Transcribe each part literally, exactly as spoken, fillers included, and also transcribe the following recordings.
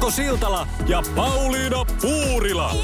Mikko Siltala ja Pauliina Puurila.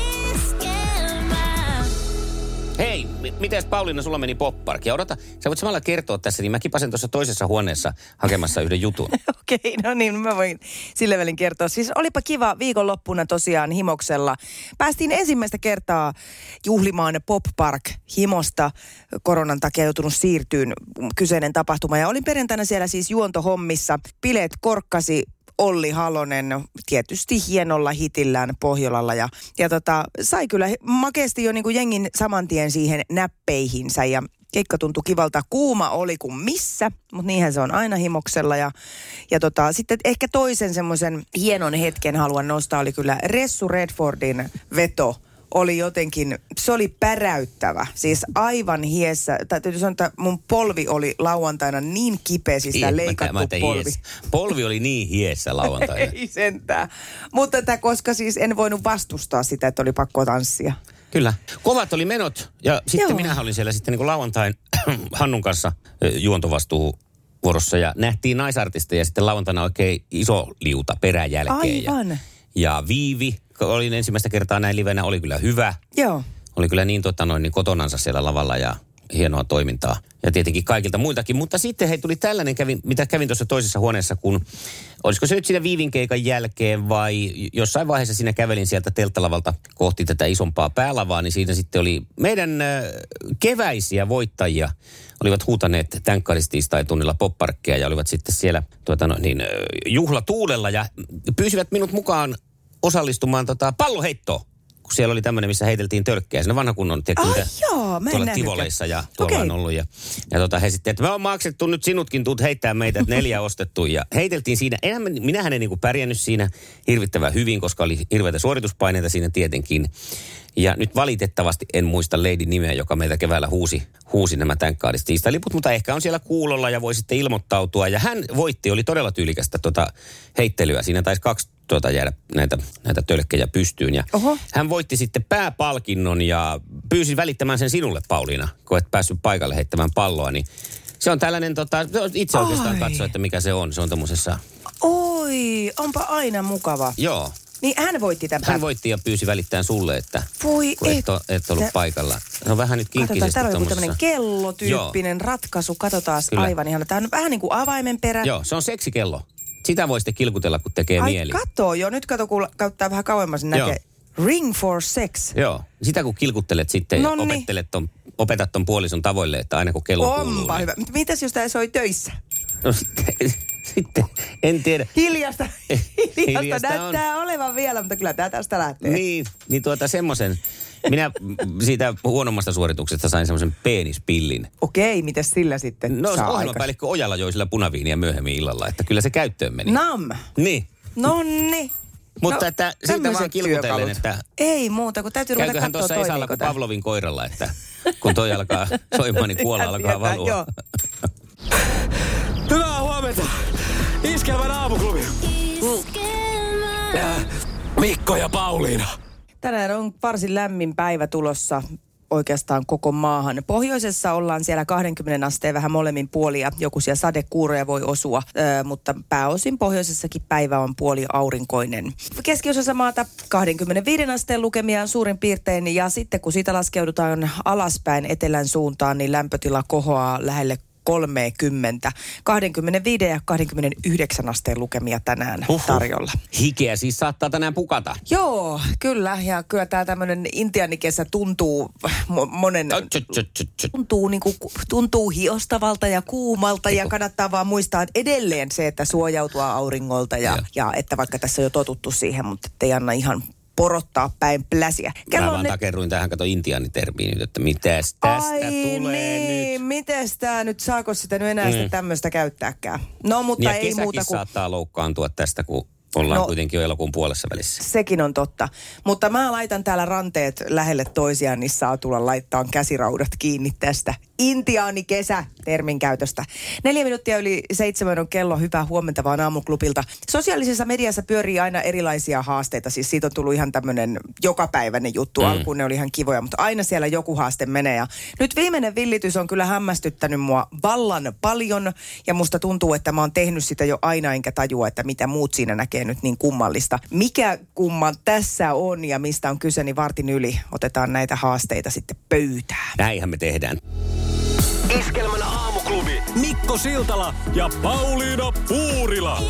Hei, m- mites Pauliina, sulla meni Pop-Park? Ja odota, sä voit samalla kertoa tässä, niin mä kipasen tuossa toisessa huoneessa hakemassa yhden jutun. Okei, okay, no niin, mä voin sille välin kertoa. Siis olipa kiva viikonloppuna tosiaan Himoksella. Päästiin ensimmäistä kertaa juhlimaan Pop-Park Himosta. Koronan takia joutunut siirtyyn kyseinen tapahtuma. Ja olin perjantaina siellä siis juontohommissa. Bileet korkkasi Olli Halonen tietysti hienolla hitillään Pohjolalla ja, ja tota, sai kyllä makeasti jo niin kuin jengin saman tien siihen näppeihinsä ja keikka tuntui kivalta. Kuuma oli kuin missä, mutta niinhän se on aina Himoksella ja, ja tota, sitten ehkä toisen semmoisen hienon hetken haluan nostaa oli kyllä Ressu Redfordin veto. Oli jotenkin, se oli päräyttävä. Siis aivan hiessä. Täytyy sanoa, että mun polvi oli lauantaina niin kipeä, siis tämä leikattu mä, mä polvi. Hies. Polvi oli niin hiessä lauantaina. Ei sentään. Mutta tätä, koska siis en voinut vastustaa sitä, että oli pakko tanssia. Kyllä. Kovat oli menot. Ja sitten Joo. minähän olin siellä sitten niin kuin lauantain Hannun kanssa juontovastuuvuorossa. Ja nähtiin naisartisteja sitten lauantaina oikein iso liuta peräjälkeen. Aivan. Ja, ja Viivi, olin ensimmäistä kertaa näin livenä, oli kyllä hyvä. Joo. Oli kyllä niin, tota, noin, niin kotonansa siellä lavalla ja hienoa toimintaa. Ja tietenkin kaikilta muiltakin. Mutta sitten hei, tuli tällainen, kävin, mitä kävin tuossa toisessa huoneessa, kun olisiko se nyt siinä Viivin keikan jälkeen vai jossain vaiheessa siinä kävelin sieltä telttalavalta kohti tätä isompaa päälavaa, niin siinä sitten oli meidän äh, keväisiä voittajia. Olivat huutaneet tänkkarististai-tunnilla Pop-Parkkeja ja olivat sitten siellä tuota, no, niin, äh, juhlatuulella ja pyysivät minut mukaan osallistumaan tota, palloheittoon. Kun siellä oli tämmöinen, missä heiteltiin tölkkejä. Siinä vanha kunnon, tiedätkö, mitä joo, mä en tuolla Tivoleissa ja tuolla okay. on ollut. Ja, ja tota, he sitten, että me on maksettu nyt sinutkin, tuut heittää meitä, että neljä ostettu. Ja heiteltiin siinä. Enhän, minähän en niin kuin pärjännyt siinä hirvittävän hyvin, koska oli hirveitä suorituspaineita siinä tietenkin. Ja nyt valitettavasti en muista Lady nimeä, joka meitä keväällä huusi, huusi nämä tänkkaaristiistai-liput, mutta ehkä on siellä kuulolla ja voi sitten ilmoittautua. Ja hän voitti, oli todella tyylikästä tota heittelyä. Siinä taisi kaksi tuota jäädä näitä, näitä tölkkejä pystyyn. Ja Oho. hän voitti sitten pääpalkinnon ja pyysi välittämään sen sinulle, Pauliina, kun et päässyt paikalle heittämään palloa. Niin se on tällainen, tota, itse oikeastaan Ai. katsoa, että mikä se on. Se on tommosessa... Oi, onpa aina mukava. Joo. Niin hän voitti tämän. Hän voitti ja pyysi välittämään sulle, että Voi kun et, et, et ollut paikalla. Se on vähän nyt kinkkisesti katsotaan, täällä on joku tommosessa. tämmöinen kellotyyppinen Joo. ratkaisu. Katsotaan Kyllä. aivan ihana. Tämä on vähän niin kuin avaimen perä. Joo, se on seksikello. Sitä voi sitten kilkutella, kun tekee Ai mieli. kato, jo nyt kato, kun käyttää vähän kauemmas, niin näkee. Ring for sex. Joo, sitä kun kilkuttelet sitten Nonni. ja opettelet ton, opetat ton puolison tavoille, että aina kun kello kuuluu. Onpa niin... hyvä. Mitäs jos tää soi töissä? No sitten, sitten en tiedä. Hiljasta, hiljasta, Hiljasta näyttää on. Olevan vielä, mutta kyllä tää tästä lähtee. Niin, niin tuota semmoisen. Minä siitä huonommasta suorituksesta sain semmoisen peenispillin. Okei, mitäs sillä sitten No se saa ohjelmapäällikkö Ojala joi sillä punaviiniä myöhemmin illalla, että kyllä se käyttöön meni. Nam. Niin. Nonni. Mutta No, että siitä vaan tämmöiset kilkutellen, työkalut. että... Ei muuta, kun täytyy ruveta Käyköhän katsoa tuossa Esalla kuin Pavlovin koiralla, että kun toi alkaa soimaan, niin kuola Sitä alkaa tietää, valua. joo. Hyvää huomenta. Iskelmän aamuklubi. Äh, Mikko ja Pauliina. Tänään on varsin lämmin päivä tulossa oikeastaan koko maahan. Pohjoisessa ollaan siellä kaksikymmentä asteen vähän molemmin puolia. Joku siellä sadekuuroja voi osua, ö, mutta pääosin pohjoisessakin päivä on puoli aurinkoinen. Keskiosassa maata kaksikymmentäviisi asteen lukemia suurin piirtein ja sitten kun siitä laskeudutaan alaspäin etelän suuntaan, niin lämpötila kohoaa lähelle kolmekymmentä. kaksikymmentäviisi ja kaksikymmentäyhdeksän asteen lukemia tänään Uhuh. tarjolla. Hikeä siis saattaa tänään pukata. Joo, kyllä. Ja kyllä tämä tämmöinen intiaanikesä tuntuu mo- monen... Tuntuu, niin kuin, tuntuu hiostavalta ja kuumalta ja kannattaa vaan muistaa että edelleen se, että suojautua auringolta ja, ja että vaikka tässä on jo totuttu siihen, mutta ei anna ihan porottaa päin pläsiä. Kello Mä vaan ne... takerruin tähän, kato intiaanitermiin nyt, että mitäs tästä Ai tulee niin, nyt. mites tää nyt, saako sitä nyt enää Mm. sitä tämmöistä käyttääkään? No mutta ja ei muuta kuin... saattaa loukkaantua tästä, kun ollaan No, kuitenkin jo elokuun puolessa välissä. Sekin on totta. Mutta mä laitan täällä ranteet lähelle toisiaan, niin saa tulla laittaa käsiraudat kiinni tästä. Intiaanikesä termin käytöstä. Neljä minuuttia yli seitsemän on kello. Hyvää huomenta vaan Aamuklubilta. Sosiaalisessa mediassa pyörii aina erilaisia haasteita. Siis siitä on tullut ihan tämmöinen jokapäiväinen juttu. Mm. Alkuun ne oli ihan kivoja, mutta aina siellä joku haaste menee. Ja nyt viimeinen villitys on kyllä hämmästyttänyt mua vallan paljon. Ja musta tuntuu, että mä oon tehnyt sitä jo aina, enkä tajua, että mitä muut siinä näkee nyt niin kummallista. Mikä kumma tässä on ja mistä on kyse, niin vartin yli otetaan näitä haasteita sitten pöytään. Näinhän me tehdään. Iskelmän aamuklubi. Mikko Siltala ja Pauliina Puurila.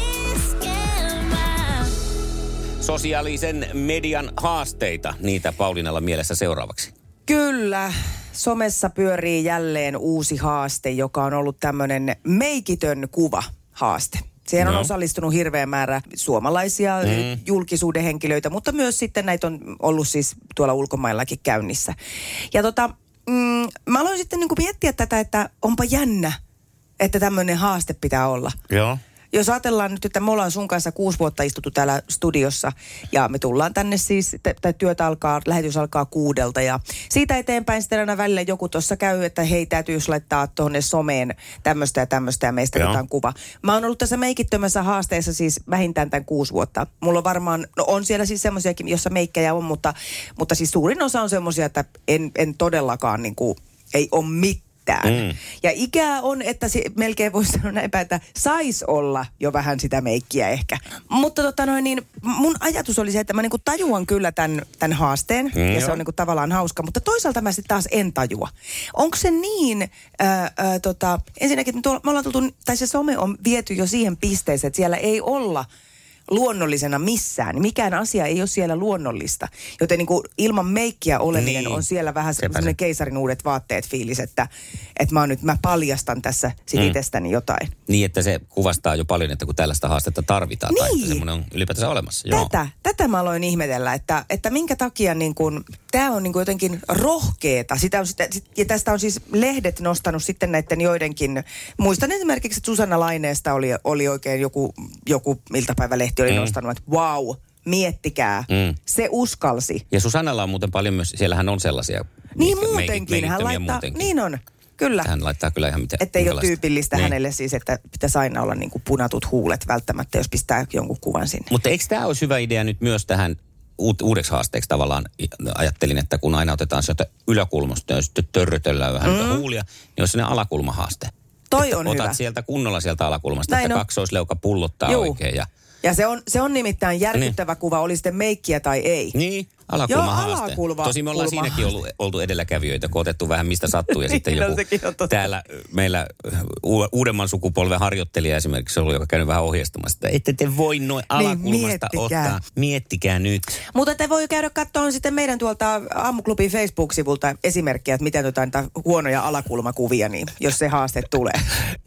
Sosiaalisen median haasteita, niitä Pauliinalla mielessä seuraavaksi. Kyllä. Somessa pyörii jälleen uusi haaste, joka on ollut tämmöinen meikitön kuva haaste. Siihen on no. osallistunut hirveä määrä suomalaisia mm. julkisuuden henkilöitä, mutta myös sitten näitä on ollut siis tuolla ulkomaillakin käynnissä. Ja tota, mm, mä aloin sitten niinku miettiä tätä, että onpa jännä, että tämmöinen haaste pitää olla. Joo. Jos ajatellaan nyt, että me ollaan sun kanssa kuusi vuotta istuttu täällä studiossa ja me tullaan tänne siis, tai työtä alkaa, lähetys alkaa kuudelta ja siitä eteenpäin sitten aina välillä joku tuossa käy, että hei, täytyisi laittaa tuonne someen tämmöistä ja tämmöistä ja meistä otetaan kuva. Mä oon ollut tässä meikittömässä haasteessa siis vähintään tämän kuusi vuotta. Mulla on varmaan, no on siellä siis semmoisiakin, jossa meikkejä on, mutta, mutta siis suurin osa on semmoisia, että en, en todellakaan niin kuin, ei ole mitään. Mm. Ja ikää on, että se melkein voisi sanoa näinpä, että sais olla jo vähän sitä meikkiä ehkä. Mutta tota noin, niin mun ajatus oli se, että mä niinku tajuan kyllä tämän, tämän haasteen. Mm, ja jo. Se on niinku tavallaan hauska. Mutta toisaalta mä sitten taas en tajua. Onko se niin, ää, ää, tota, ensinnäkin me, tuolla, me ollaan tultu, tai se some on viety jo siihen pisteeseen, että siellä ei olla luonnollisena missään. Mikään asia ei ole siellä luonnollista. Joten niin kuin ilman meikkiä oleminen niin on siellä vähän semmoinen keisarin uudet vaatteet fiilis, että, että mä, nyt, mä paljastan tässä sit mm. itsestäni jotain. Niin, että se kuvastaa jo paljon, että kun tällaista haastetta tarvitaan. Niin. Tai että semmoinen on ylipäätänsä olemassa. Tätä, Joo. tätä mä aloin ihmetellä, että, että minkä takia niin kuin, tämä on niin kuin jotenkin rohkeeta. Sitä on sitä, ja tästä on siis lehdet nostanut sitten näiden joidenkin. Muistan esimerkiksi, että Susanna Laineesta oli, oli oikein joku, joku iltapäivälehti oli mm. nostanut, että wow, miettikää, mm. se uskalsi. Ja Susannalla on muuten paljon myös, siellähän on sellaisia. Niin muutenkin, hän laittaa, muutenkin. Niin on. Kyllä. Hän laittaa kyllä ihan mitä. Että ei ole tyypillistä niin hänelle siis, että pitäisi aina olla niin kuin punatut huulet välttämättä, jos pistää jonkun kuvan sinne. Mutta eikö tämä olisi hyvä idea nyt myös tähän uudeksi haasteeksi tavallaan? Ajattelin, että kun aina otetaan sieltä yläkulmasta ja sitten törrötellään vähän mm. huulia, niin olisi sellainen alakulmahaaste. Toi on otat hyvä. sieltä kunnolla sieltä alakulmasta, näin että on. Kaksoisleuka pullottaa Juu. oikein. Ja, ja se on, se on nimittäin järkyttävä niin. kuva, oli sitten meikkiä tai ei. Niin, alakulmahaaste. Joo, alakulma. Tosi me ollaan siinäkin ollut, oltu edelläkävijöitä, kun otettu vähän mistä sattuu. Ja sitten joku täällä meillä uudemman sukupolven harjoittelija esimerkiksi ollut, joka käynyt vähän ohjeistamassa, että ette te voi noin alakulmasta niin, ottaa. Miettikää nyt. Mutta te voi käydä katsomaan sitten meidän tuolta Aamuklubin Facebook-sivulta esimerkkejä, että miten jotain huonoja alakulmakuvia, niin jos se haaste tulee.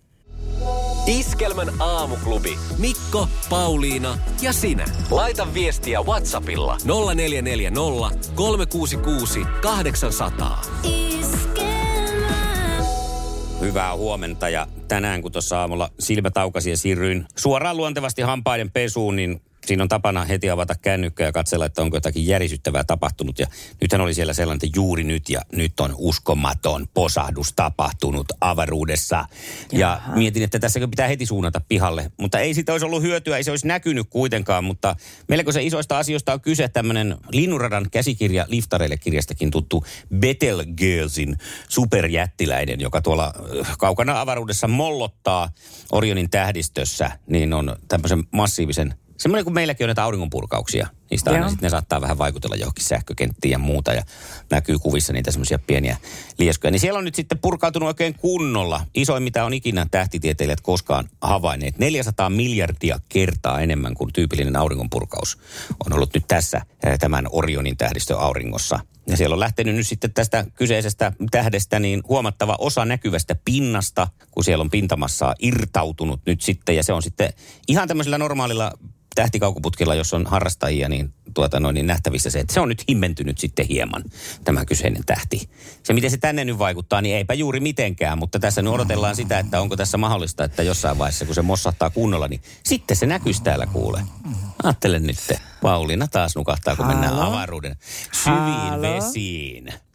Iskelmän aamuklubi. Mikko, Pauliina ja sinä. Laita viestiä WhatsAppilla nolla neljä neljä nolla, kolme kuusi kuusi, kahdeksan nolla nolla. Iskelmä. Hyvää huomenta ja tänään kun tuossa aamulla silmät aukasi ja siirryin suoraan luontevasti hampaiden pesuun, niin siinä on tapana heti avata kännykkä ja katsella, että onko jotakin järisyttävää tapahtunut. Ja nythän oli siellä sellainen, että juuri nyt ja nyt on uskomaton posahdus tapahtunut avaruudessa. Ja Jaha. mietin, että tässäkö pitää heti suunnata pihalle. Mutta ei siitä olisi ollut hyötyä, ei se olisi näkynyt kuitenkaan. Mutta melko se isoista asioista on kyse. Tämmöinen Linnunradan käsikirja liftareille kirjastakin tuttu Betelgeusein superjättiläinen, joka tuolla kaukana avaruudessa mollottaa Orionin tähdistössä, niin on tämmöisen massiivisen. Semmoinen kuin meilläkin on näitä auringonpurkauksia. Niistä aina sitten ne saattaa vähän vaikutella johonkin sähkökenttiin ja muuta. Ja näkyy kuvissa niitä semmoisia pieniä lieskoja. Niin siellä on nyt sitten purkautunut oikein kunnolla. Isoin mitä on ikinä tähtitieteilijät koskaan havainneet. neljäsataa miljardia kertaa enemmän kuin tyypillinen auringonpurkaus on ollut nyt tässä tämän Orionin tähdistön auringossa. Ja siellä on lähtenyt nyt sitten tästä kyseisestä tähdestä niin huomattava osa näkyvästä pinnasta, kun siellä on pintamassaa irtautunut nyt sitten. Ja se on sitten ihan tämmöisellä normaalilla tähtikaukoputkilla, jos on harrastajia, niin, tuota noin, niin nähtävissä se, että se on nyt himmentynyt sitten hieman, tämä kyseinen tähti. Se, miten se tänne nyt vaikuttaa, niin eipä juuri mitenkään, mutta tässä nyt odotellaan sitä, että onko tässä mahdollista, että jossain vaiheessa, kun se mossahtaa kunnolla, niin sitten se näkyisi täällä kuule. Ajattele nyt, Pauliina taas nukahtaa, kun Halo? mennään avaruuden syviin Halo? vesiin.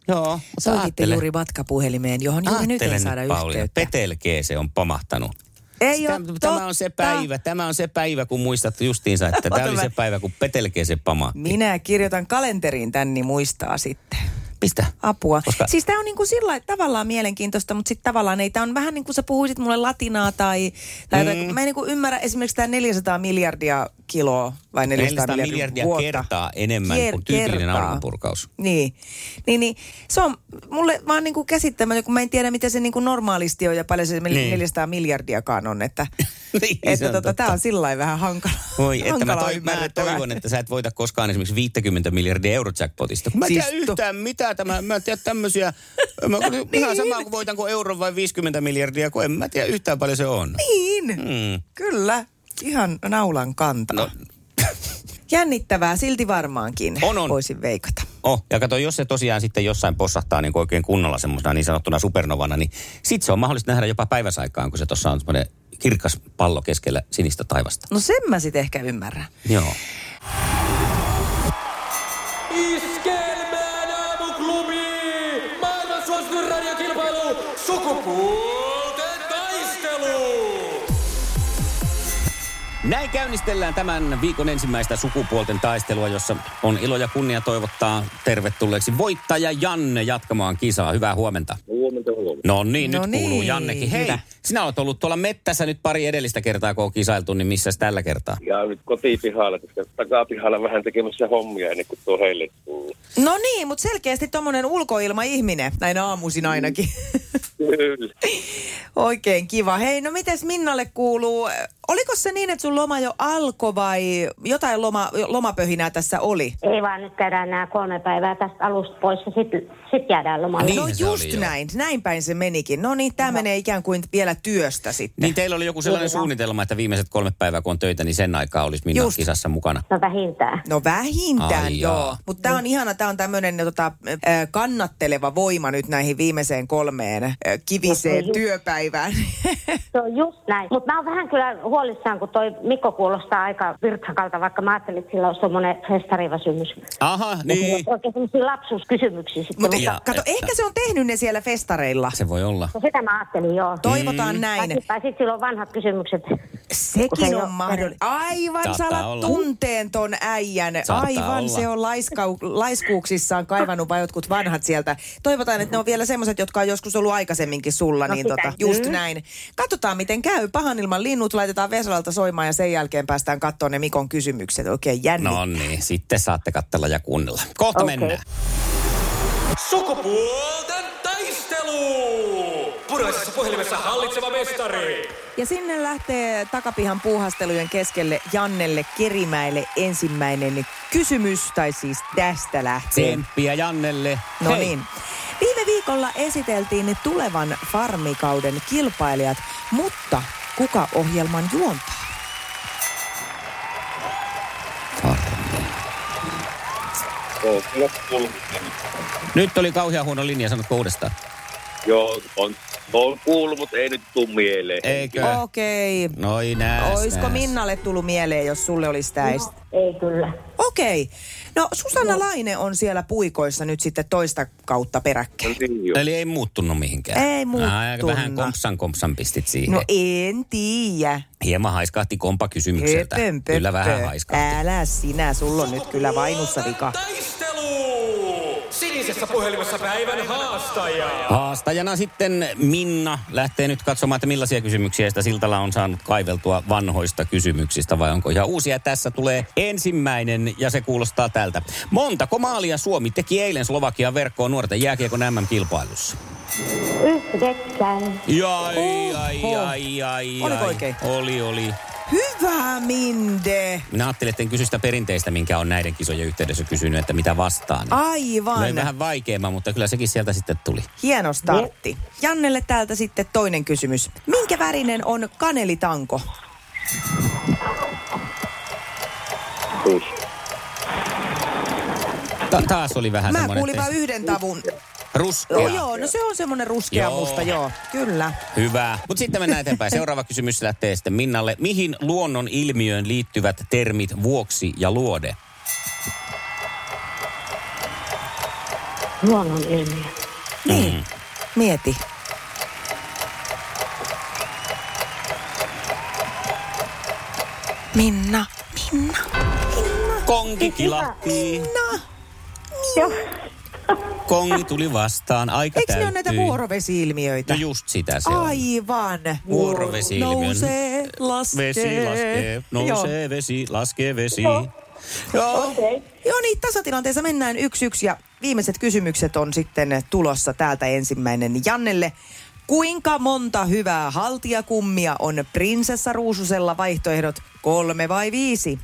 Joo, Soititte juuri matkapuhelimeen, johon juuri nyt ei saada yhteyttä. Petelkee se on pamahtanut. Ei Tämä, ole totta. tämä on se päivä, tämä on se päivä, kun muistat justiinsa, että tämä oli se päivä, kun Petelkee se pamahti. Minä kirjoitan kalenteriin tän, niin muistaa sitten. Pistä. Apua. Koska... Siis tämä on niinku sillä tavallaan mielenkiintoista, mutta sitten tavallaan ei. Tämä on vähän niin kuin sä puhuisit mulle latinaa tai... tai mm. Mä en niinku ymmärrä esimerkiksi tämä neljäsataa miljardia kiloa vai neljäsataa, neljäsataa miljardia, miljardia kertaa enemmän Kier- kuin tyypillinen auringonpurkaus. Niin. Niin, niin. Se on mulle vaan niinku käsittämätöntä, kun mä en tiedä, mitä se niinku normaalisti on ja paljon se niin. neljäsataa miljardiakaan on. Että, niin, että tota, tämä on sillä lailla vähän hankala. Voi, että mä, toi, mä toivon, että sä et voita koskaan esimerkiksi viisikymmentä miljardia eurojackpotista. Mä en siis tiedä yhtään mitään tämä. Mä en tiedä tämmöisiä. Mä, niin. Ihan sama kuin voitanko euron vai viisikymmentä miljardia, kun en mä tiedä yhtään paljon se on. Niin, mm. kyllä. Ihan naulan kantaa. No. Jännittävää silti varmaankin, on, on. voisin veikata. Oh, ja kato, jos se tosiaan sitten jossain possahtaa niin oikein kunnolla semmoisena niin sanottuna supernovana, niin sit se on mahdollista nähdä jopa päiväsaikaan, kun se tuossa on semmoinen kirkas pallo keskellä sinistä taivasta. No sen mä sit ehkä ymmärrän. Joo. Iskelmään aamuklubi! Maailman suosituin radiokilpailu! Sukupuolten taistelu! Näin käynnistellään tämän viikon ensimmäistä sukupuolten taistelua, jossa on ilo ja kunnia toivottaa tervetulleeksi voittaja Janne jatkamaan kisaa. Hyvää huomenta. Huomenta, huomenta. No niin, no nyt niin, kuuluu Jannekin. Hei, hyvä. Sinä olet ollut tuolla mettässä nyt pari edellistä kertaa, kun on kisailtu, niin missäs tällä kertaa? Ja nyt kotipihalla, koska takapihalla vähän tekemässä hommia ennen kuin tuo heille tullut. No niin, mutta selkeästi tommonen ulkoilmaihminen, näin aamuisin ainakin. Kyllä. Oikein kiva. Hei, no mites Minnalle kuuluu? Oliko se niin, että sun loma jo alkoi vai jotain loma, lomapöhinää tässä oli? Ei vaan, nyt käydään nämä kolme päivää tästä alusta pois ja sitten sit jäädään lomalle. Niin, no just näin, näin päin se menikin. No niin, tämä no. menee ikään kuin vielä työstä sitten. Niin teillä oli joku sellainen Kyllä. suunnitelma, että viimeiset kolme päivää kun on töitä, niin sen aikaa olisi Minna just. kisassa mukana. No vähintään. No vähintään, Ai joo. Mutta tämä on ihana, tämä on tämmöinen tota, kannatteleva voima nyt näihin viimeiseen kolmeen kiviseen no, työpäivään. Se on just näin. Mutta mä oon vähän kyllä huolissaan, kun toi Mikko kuulostaa aika virtsakalta, vaikka mä ajattelin, että sillä on semmoinen festariväsymys. Aha, niin. Oikein semmoisia lapsuuskysymyksiä sitten. Mutta mutta... kato, ehkä se on tehnyt ne siellä festareilla. Se voi olla. No, sitä mä ajattelin, joo. Toivotaan mm. näin. Tai, tai sitten sillä on vanhat kysymykset. Sekin on mahdollista. Aivan salat tunteen ton äijän. Saattaa Aivan olla. se on laiskau, laiskuuksissaan kaivannut vai jotkut vanhat sieltä. Toivotaan, että ne on vielä semmoiset, jotka on joskus ollut aikaisemminkin sulla. No niin tota, just mm. näin. Katsotaan, miten käy. Pahan ilman linnut laitetaan Vesalalta soimaan ja sen jälkeen päästään katsomaan ne Mikon kysymykset. Oikein jännittää. No niin, sitten saatte katsella ja kuunnella. Kohta okay. mennään. Sukupuolten taistelu! Puraisessa puhelimessa hallitseva mestari. Ja sinne lähtee takapihan puuhastelujen keskelle Jannelle Kerimäelle ensimmäinen kysymys, tai siis tästä lähtee. Tsemppiä Jannelle. No Hei. niin. Viime viikolla esiteltiin tulevan farmikauden kilpailijat, mutta kuka ohjelman juontaa? Oh, no, Nyt oli kauhean huono linja, sanotko uudestaan? joo, on, on kuullut, mutta ei nyt tule mieleen. Eikö? Okei. Okay. Noi nääs, Olisiko nääs. Minnalle tullut mieleen, jos sulle olisi täistä? No, ei kyllä. Okei. Okay. No Susanna no. Laine on siellä puikoissa nyt sitten toista kautta peräkkäin. Niin, Eli ei muuttunut mihinkään. Ei muuttunut. Aika vähän kompsan kompsan pistit siihen. No en tiedä. Hieman haiskahti kompa kysymykseltä. Höpön, pöppö. Kyllä vähän haiskahti. Älä sinä, sulla on nyt kyllä vainussa vika. Taistelu! Sinisessä puhelimessa päivän haastaja. Haastajana sitten Minna lähtee nyt katsomaan, että millaisia kysymyksiä sitä Siltala on saanut kaiveltua vanhoista kysymyksistä vai onko ihan uusia. Tässä tulee ensimmäinen ja se kuulostaa tältä. Montako maalia Suomi teki eilen Slovakian verkkoon nuorten jääkiekon äm äm-kilpailussa? Yhdeksän. Jai, ai, ai, ai, Oliko ai. oikein? Oli, oli. Hyvä, Minde. Minä ajattelin, että en kysy sitä perinteistä, minkä on näiden kisojen yhteydessä kysynyt, että mitä vastaan. Aivan. Löin vähän vaikeamman, mutta kyllä sekin sieltä sitten tuli. Hieno startti. Jannelle täältä sitten toinen kysymys. Minkä värinen on kanelitanko? Ta- taas oli vähän Mä semmoinen... kuulin vain yhden tavun. Ruskea. Joo, joo, no se on semmoinen ruskea Joo. musta, joo, kyllä. Hyvä. Mutta sitten mennään eteenpäin. Seuraava kysymys lähtee sitten Minnalle. Mihin luonnon ilmiöön liittyvät termit vuoksi ja luode? Luonnon ilmiö. Niin, mm. mieti. Minna, Minna, Minna. Kongi kilahti. Minna. Joo. Kongi tuli vastaan, aika Eikö täyttyi. ne ole näitä vuorovesi-ilmiöitä? No just sitä se on. Aivan. Vuorovesi-ilmiö. Nousee, laskee. Vesi laskee, nousee Joo. vesi, laskee vesi. Joo. Joo. Okei. Joo niin, tasatilanteessa mennään yksi yksi ja viimeiset kysymykset on sitten tulossa täältä ensimmäinen Jannelle. Kuinka monta hyvää haltijakummia on prinsessa Ruususella? Vaihtoehdot kolme vai viisi?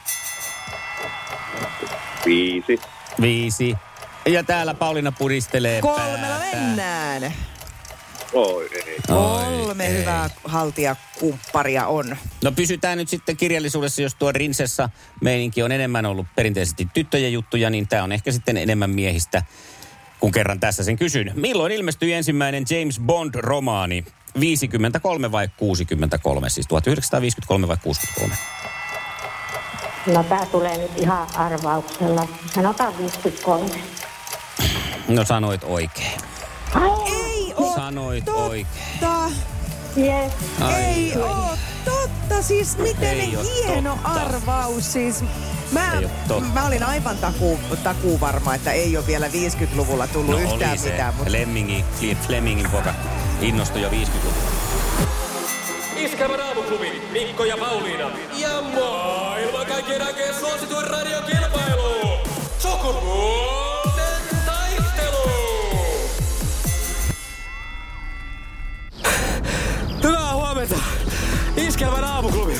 Viisi. Viisi. Ja täällä Pauliina puristelee Kolmella päätä. mennään. Oi ei. Kolme ei. hyvää haltijakumpparia on. No pysytään nyt sitten kirjallisuudessa, jos tuo prinsessa meininki on enemmän ollut perinteisesti tyttöjen juttuja, niin tämä on ehkä sitten enemmän miehistä, kun kerran tässä sen kysyn. Milloin ilmestyi ensimmäinen James Bond-romaani? viisikymmentäkolme vai kuusikymmentäkolme? Siis tuhatyhdeksänsataaviisikymmentäkolme vai kuusikymmentäkolme? No tää tulee nyt ihan arvauksella. Sanotaan viisikymmentäkolme. No sanoit oikein. Ei oo Sanoit totta. oikein. Yes. Ai. Ei oo totta. Siis miten Ei oo hieno totta. arvaus. Siis mä, Ei oo totta. mä olin aivan takuu, takuu varma, että ei ole vielä viisikymmentäluvulla tullut No yhtään oli se. mitään. Mutta Lemmingin, Flemingin poka innostui jo viisikymmentäluvulla. Iskelmän aamuklubi, Mikko ja Pauliina. Ja maailman kaikkien aikeen suosituen radiokilpailu. Sukupuolten taistelu. Hyvää huomenta. Iskelmän aamuklubi.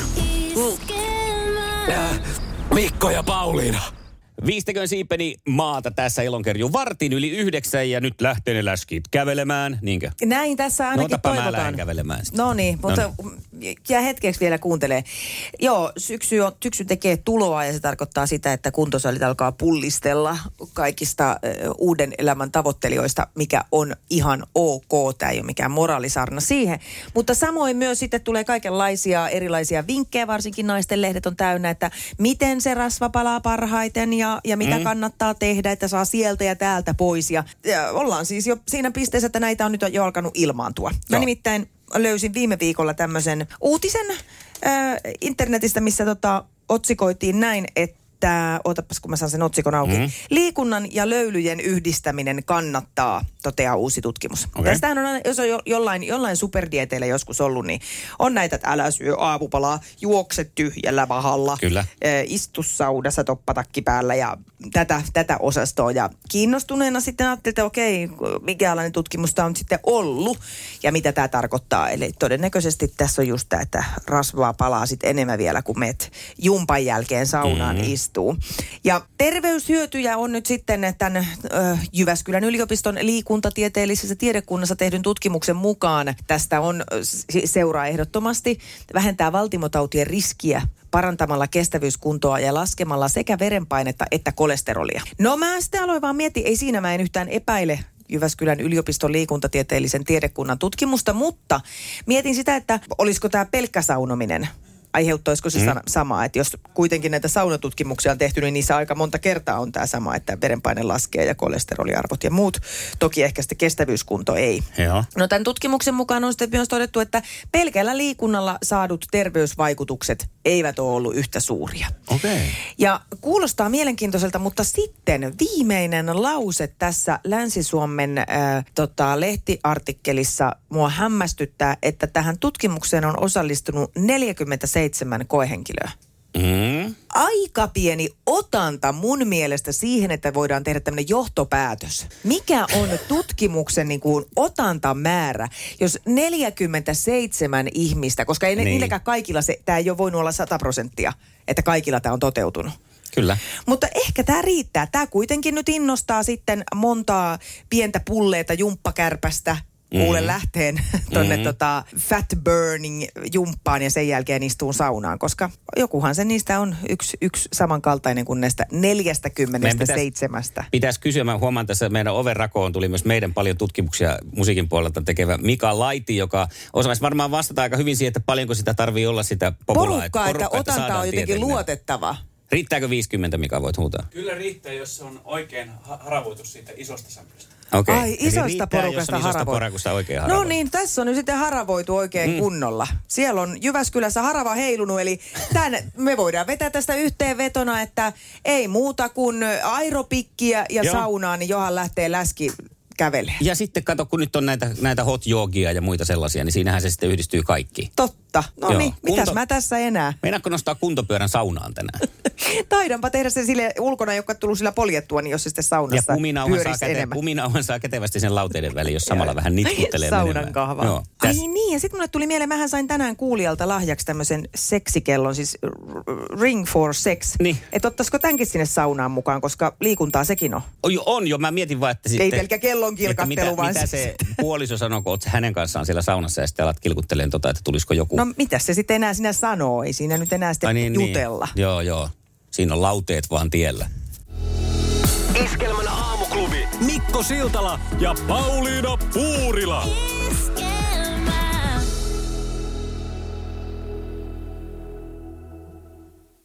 Äh, Mikko ja Pauliina. Viistäköön siipeni maata tässä Elonkerjun vartin yli yhdeksän ja nyt lähtee ne läskit kävelemään, niinkö? näin tässä No ainakin otapa mä toivotaan. lähden kävelemään sitten. No niin, mutta jää hetkeksi vielä kuuntelee. Joo, syksy, on, syksy tekee tuloa ja se tarkoittaa sitä, että kuntosalit alkaa pullistella kaikista äh, uuden elämän tavoittelijoista, mikä on ihan ok. Tämä ei ole mikään moraalisarna siihen. Mutta samoin myös sitten tulee kaikenlaisia erilaisia vinkkejä, varsinkin naisten lehdet on täynnä, että miten se rasva palaa parhaiten ja, ja mitä mm. kannattaa tehdä, että saa sieltä ja täältä pois. Ja, ja ollaan siis jo siinä pisteessä, että näitä on nyt jo alkanut ilmaantua. Mä Joo. nimittäin löysin viime viikolla tämmöisen uutisen äh, internetistä, missä tota, otsikoitiin näin, että ootapas kun mä saan sen otsikon auki. Mm. Liikunnan ja löylyjen yhdistäminen kannattaa, toteaa uusi tutkimus. Okay. Tästähän on, jos on jo, jollain, jollain superdieteillä joskus ollut, niin on näitä, että älä syö aamupalaa, juokse tyhjällä vahalla. Kyllä. Äh, istu saudassa toppatakki päällä ja tätä, tätä osastoa. Ja kiinnostuneena sitten ajattelin, että okei, mikälainen tutkimus tämä on sitten ollut ja mitä tämä tarkoittaa. Eli todennäköisesti tässä on just tämä, että rasvaa palaa sitten enemmän vielä, kun meet jumpan jälkeen saunaan mm-hmm. istuu. Ja terveyshyötyjä on nyt sitten tämän ö, Jyväskylän yliopiston liikuntatieteellisessä tiedekunnassa tehdyn tutkimuksen mukaan. Tästä on seuraa ehdottomasti vähentää valtimotautien riskiä parantamalla kestävyyskuntoa ja laskemalla sekä verenpainetta että kolesterolia. No mä sitten aloin vaan miettiä, ei siinä mä en yhtään epäile Jyväskylän yliopiston liikuntatieteellisen tiedekunnan tutkimusta, mutta mietin sitä, että olisiko tämä pelkkä saunominen, aiheuttaisiko se mm. sama, että jos kuitenkin näitä saunatutkimuksia on tehty, niin niissä aika monta kertaa on tämä sama, että verenpaine laskee ja kolesteroliarvot ja muut. Toki ehkä sitten kestävyyskunto ei. Joo. No tämän tutkimuksen mukaan on sitten myös todettu, että pelkällä liikunnalla saadut terveysvaikutukset eivät ole ollut yhtä suuria. Okei. Okay. Ja kuulostaa mielenkiintoiselta, mutta sitten viimeinen lause tässä Länsi-Suomen äh, tota, lehtiartikkelissa mua hämmästyttää, että tähän tutkimukseen on osallistunut neljäkymmentäseitsemän koehenkilöä. Mm. Aika pieni otanta mun mielestä siihen, että voidaan tehdä tämmöinen johtopäätös. Mikä on tutkimuksen niin kuin otantamäärä, jos neljäkymmentäseitsemän ihmistä, koska ei niin. niilläkään kaikilla se, tämä ei ole voinut olla sata prosenttia, että kaikilla tämä on toteutunut. Kyllä. Mutta ehkä tämä riittää. Tämä kuitenkin nyt innostaa sitten montaa pientä pulleita jumppakärpästä kuule mm-hmm. lähteen tuonne mm-hmm. tota fat burning jumppaan ja sen jälkeen istuun saunaan, koska jokuhan se niistä on yksi, yksi samankaltainen kuin näistä neljästäkymmenestäseitsemästä. Pitäisi, pitäisi kysyä, mä huomaan tässä meidän oven rakoon tuli myös meidän paljon tutkimuksia musiikin puolelta tekevä Mika Laiti, joka osaisi varmaan vastata aika hyvin siihen, että paljonko sitä tarvii olla sitä populaa. Porukkaa, että, että otanta on jotenkin luotettava. Riittääkö viisikymmentä, mikä voit huutaa? Kyllä riittää, jos se on oikein ha- haravoitu siitä isosta sämpylistä. Okei. Ai, isosta porukasta haravoitu. Porakusta oikein haravoitu. No niin, tässä on nyt sitten haravoitu oikein mm. kunnolla. Siellä on Jyväskylässä harava heilunut, eli tämän me voidaan vetää tästä yhteenvetona, että ei muuta kuin aeropikkiä ja Joo. saunaa, niin johan lähtee läski kävelee. Ja sitten kato, kun nyt on näitä, näitä hot jogia ja muita sellaisia, niin siinähän se sitten yhdistyy kaikki. Totta. No Joo. niin, mitäs Kunto- mä tässä enää? Meinaatko nostaa kuntopyörän saunaan tänään? Taidanpa tehdä sen sille ulkona, joka tullut sillä poljettua, niin jos se sitten Ja saunassa puminauhan saa, pyörisi käte, enemmän. puminauhan saa kätevästi sen lauteiden väliin, jos samalla vähän nitkuttelee Saunan menemään. kahva. Joo. Ai Täs, niin, ja sitten mulle tuli mieleen, mähän sain tänään kuulijalta lahjaksi tämmöisen seksikellon, siis r- Ring for Sex. Niin. Että ottaisiko tämänkin sinne saunaan mukaan, koska liikuntaa sekin on. on, jo, on jo, mä mietin vaan, että sitten... Ei pelkkä kellon että kilkattelu, mitä, vaan mitä se puoliso sanoo, kun oot hänen kanssaan siellä saunassa ja sitten alat kilkutteleen tota, että tulisiko joku... No mitäs se sitten enää sinä sanoo? Ei siinä nyt enää sitten Ai niin, jutella. Niin. Joo, joo. Siinä on lauteet vaan tiellä. Iskelmän aamuklubi. Mikko Siltala ja Pauliina Puurila.